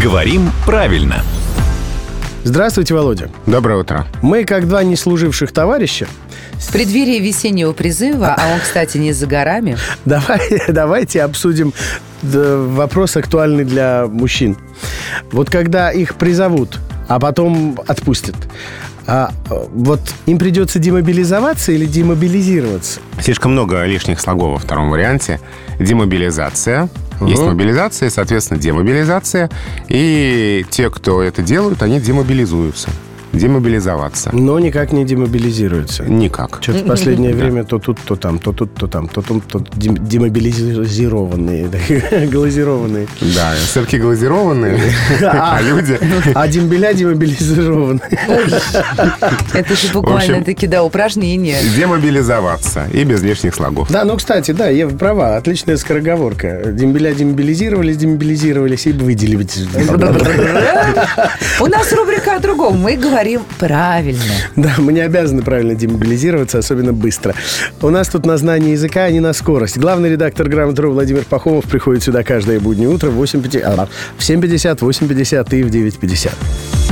Говорим правильно. Здравствуйте, Володя. Доброе утро. Мы, как два неслуживших товарища, В преддверии весеннего призыва, а он, кстати, не за горами. давайте обсудим вопрос, актуальный для мужчин. Вот когда их призовут, а потом отпустят, вот им придется демобилизоваться или демобилизироваться? Слишком много лишних слогов во втором варианте. Демобилизация. Есть мобилизация, соответственно, демобилизация. И те, кто это делают, они демобилизуются. Демобилизоваться. Но никак не демобилизируются. Никак. Что-то в последнее время то тут, то там, то тут, то там, то демобилизированные, глазированные. Да, сырки глазированные, а люди... А дембеля демобилизированные. Это же буквально-таки, да, упражнение. Демобилизоваться. И без лишних слогов. Да, ну, кстати, да, Ева права. Отличная скороговорка. Дембеля демобилизировались и выделились. У нас рубрика о другом. Мы говорим правильно. Да, мы не обязаны правильно демобилизироваться, особенно быстро. У нас тут на знание языка, а не на скорость. Главный редактор «Грамоты.ру» Владимир Пахомов приходит сюда каждое буднее утро в 7:50, 8:50 и в 9:50.